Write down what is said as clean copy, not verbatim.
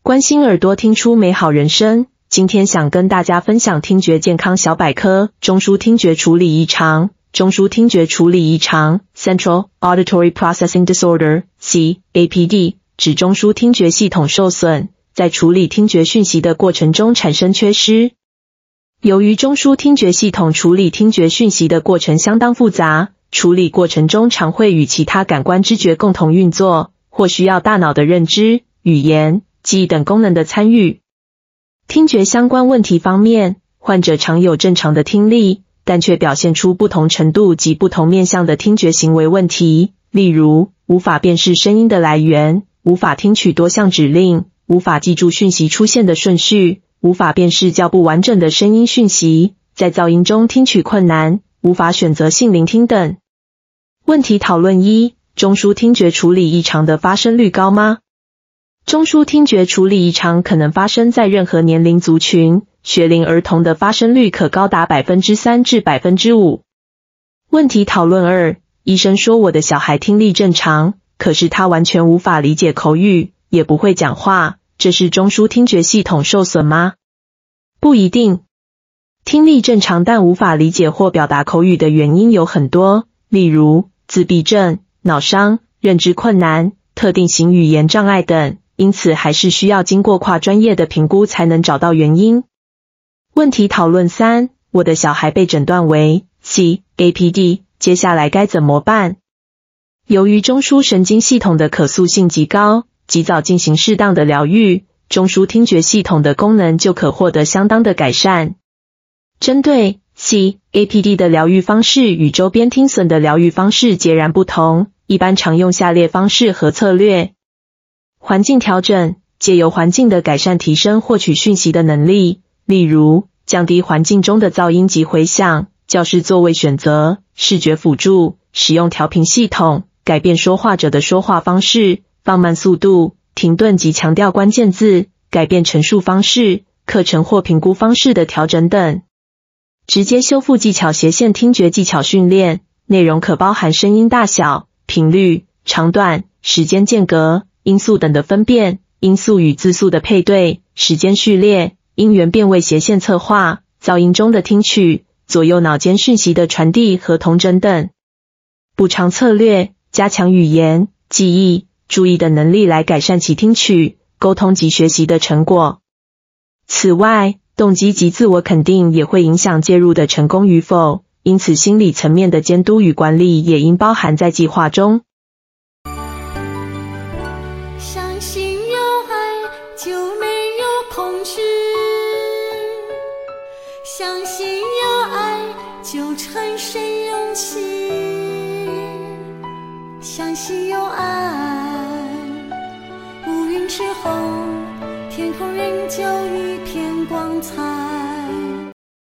关心耳朵听出美好人生，今天想跟大家分享听觉健康小百科，中枢听觉处理异常。中枢听觉处理异常 Central Auditory Processing Disorder CAPD 指中枢听觉系统受损，在处理听觉讯息的过程中产生缺失。由于中枢听觉系统处理听觉讯息的过程相当复杂，处理过程中常会与其他感官知觉共同运作，或需要大脑的认知、语言、记忆等功能的参与。听觉相关问题方面，患者常有正常的听力，但却表现出不同程度及不同面向的听觉行为问题，例如无法辨识声音的来源，无法听取多项指令，无法记住讯息出现的顺序，无法辨识较不完整的声音讯息，在噪音中听取困难，无法选择性聆听等。问题讨论1：中枢听觉处理异常的发生率高吗？中枢听觉处理异常可能发生在任何年龄族群，学龄儿童的发生率可高达 3% 至 5%。问题讨论2：医生说我的小孩听力正常，可是他完全无法理解口语，也不会讲话，这是中枢听觉系统受损吗？不一定。听力正常但无法理解或表达口语的原因有很多，例如自闭症、脑伤、认知困难、特定型语言障碍等，因此还是需要经过跨专业的评估才能找到原因。问题讨论3：我的小孩被诊断为 CAPD， 接下来该怎么办？由于中枢神经系统的可塑性极高，及早进行适当的疗愈，中枢听觉系统的功能就可获得相当的改善。针对 CAPD 的疗愈方式与周边听损的疗愈方式截然不同，一般常用下列方式和策略。环境调整，借由环境的改善提升获取讯息的能力，例如降低环境中的噪音及回响，教室座位选择，视觉辅助，使用调频系统，改变说话者的说话方式，放慢速度，停顿及强调关键字，改变陈述方式，课程或评估方式的调整等。直接修复技巧斜线听觉技巧训练，内容可包含声音大小、频率、长短、时间间隔、音素等的分辨，音素与字素的配对，时间序列，音源变位斜线策划，噪音中的听取，左右脑间讯息的传递和统整等。补偿策略，加强语言、记忆、注意的能力来改善其听取、沟通及学习的成果。此外，动机及自我肯定也会影响介入的成功与否，因此心理层面的监督与管理也应包含在计划中。 相信有爱就没有恐惧，相信有爱就产生勇气，相信有爱，乌云之后天空仍旧一片光彩。